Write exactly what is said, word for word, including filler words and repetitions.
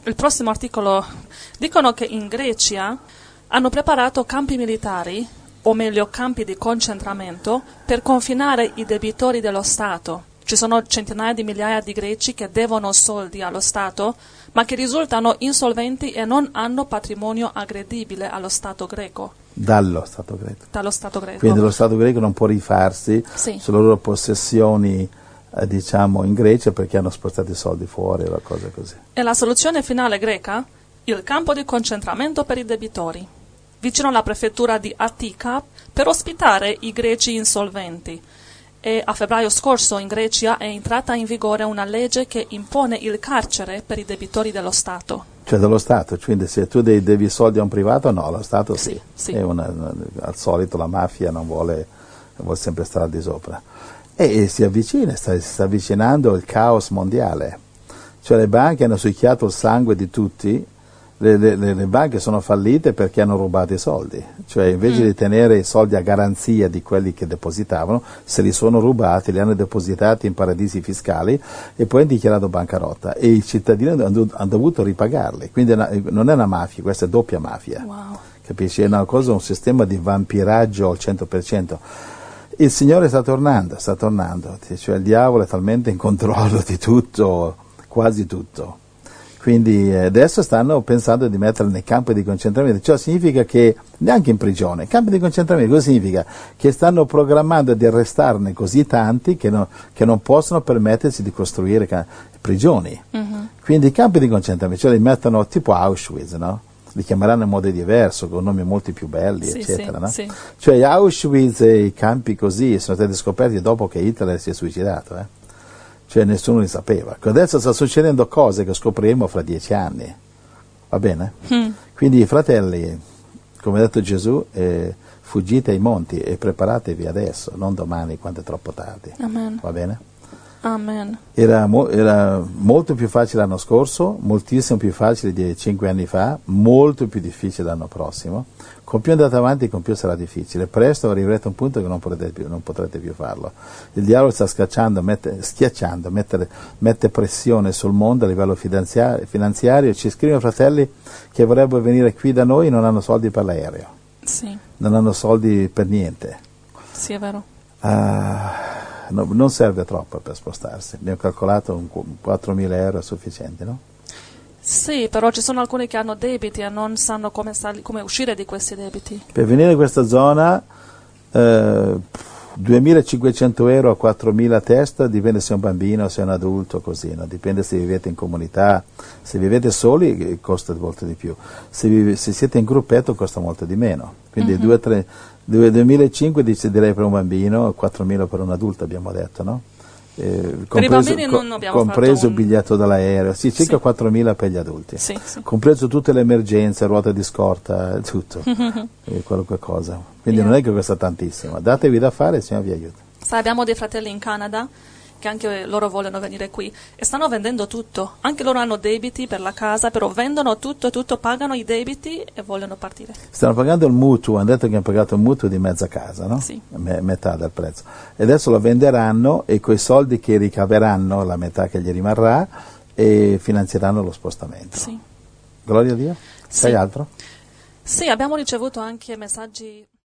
il prossimo articolo, dicono che in Grecia hanno preparato campi militari, o meglio campi di concentramento, per confinare i debitori dello Stato. Ci sono centinaia di migliaia di greci che devono soldi allo Stato, ma che risultano insolventi e non hanno patrimonio aggredibile allo Stato greco. Dallo Stato greco. Dallo Stato greco. Quindi lo Stato greco non può rifarsi sì. sulle loro possessioni, eh, diciamo, in Grecia perché hanno spostato i soldi fuori o cose così. E la soluzione finale greca? Il campo di concentramento per i debitori, vicino alla prefettura di Attica, per ospitare i greci insolventi. E a febbraio scorso in Grecia è entrata in vigore una legge che impone il carcere per i debitori dello Stato. Cioè dello Stato, quindi se tu devi soldi a un privato, no, lo Stato sì. sì, sì. È una, al solito la mafia non vuole, vuole sempre stare al di sopra. E, e si avvicina, sta, si sta avvicinando il caos mondiale. Cioè le banche hanno succhiato il sangue di tutti. Le, le, le banche sono fallite perché hanno rubato i soldi, cioè invece mm. di tenere i soldi a garanzia di quelli che depositavano, se li sono rubati, li hanno depositati in paradisi fiscali e poi hanno dichiarato bancarotta e i cittadini hanno, hanno dovuto ripagarli, quindi è una, non è una mafia, questa è doppia mafia, wow. Capisci? È una cosa, un sistema di vampiraggio al cento per cento. Il Signore sta tornando, sta tornando, cioè il diavolo è talmente in controllo di tutto, quasi tutto. Quindi adesso stanno pensando di metterli nei campi di concentramento, ciò significa che, neanche in prigione, campi di concentramento, cosa significa? Che stanno programmando di arrestarne così tanti che, no, che non possono permettersi di costruire ca- prigioni. Mm-hmm. Quindi i campi di concentramento, cioè li mettono tipo Auschwitz, no? Li chiameranno in modo diverso, con nomi molto più belli, sì, eccetera. Sì, no? sì. Cioè Auschwitz e i campi così sono stati scoperti dopo che Hitler si è suicidato, eh? Cioè nessuno li sapeva. Adesso sta succedendo cose che scopriremo fra dieci anni, va bene? Mm. Quindi fratelli, come ha detto Gesù, eh, fuggite ai monti e preparatevi adesso, non domani quando è troppo tardi. Amen. Va bene? Amen. Era, mo- era molto più facile l'anno scorso, moltissimo più facile di cinque anni fa, molto più difficile l'anno prossimo. Con più andate avanti, con più sarà difficile. Presto arriverete a un punto che non potrete più, non potrete più farlo. Il diavolo sta scacciando, mette, schiacciando, mette, mette pressione sul mondo a livello finanziario, finanziario. Ci scrivono fratelli che vorrebbero venire qui da noi e non hanno soldi per l'aereo. Sì. Non hanno soldi per niente. Sì, è vero. Uh, no, non serve troppo per spostarsi. Abbiamo calcolato un quattromila euro è sufficiente, no? Sì, però ci sono alcuni che hanno debiti e non sanno come, sali- come uscire di questi debiti. Per venire in questa zona, eh, duemilacinquecento euro a quattromila a testa, dipende se è un bambino o se è un adulto, così, no? Dipende se vivete in comunità, se vivete soli costa molto di più, se, vive, se siete in gruppetto costa molto di meno. Quindi mm-hmm. duemilacinquecento dice direi per un bambino, quattromila per un adulto abbiamo detto, no? Eh, compreso, non abbiamo compreso un... il biglietto dell'aereo, sì, circa sì. quattromila per gli adulti, sì, sì. compreso tutte le emergenze, ruota di scorta, tutto, e qualunque cosa. Quindi yeah. non è che costa tantissimo, datevi da fare e il Signore vi aiuta. Sai, abbiamo dei fratelli in Canada che anche loro vogliono venire qui e stanno vendendo tutto, anche loro hanno debiti per la casa, però vendono tutto, tutto, pagano i debiti e vogliono partire. Stanno pagando il mutuo, hanno detto che hanno pagato il mutuo di mezza casa, no? Sì. Me- metà del prezzo. E adesso lo venderanno e coi soldi che ricaveranno, la metà che gli rimarrà, e finanzieranno lo spostamento. Sì. Gloria a Dio. Sai sì. altro? Sì, abbiamo ricevuto anche messaggi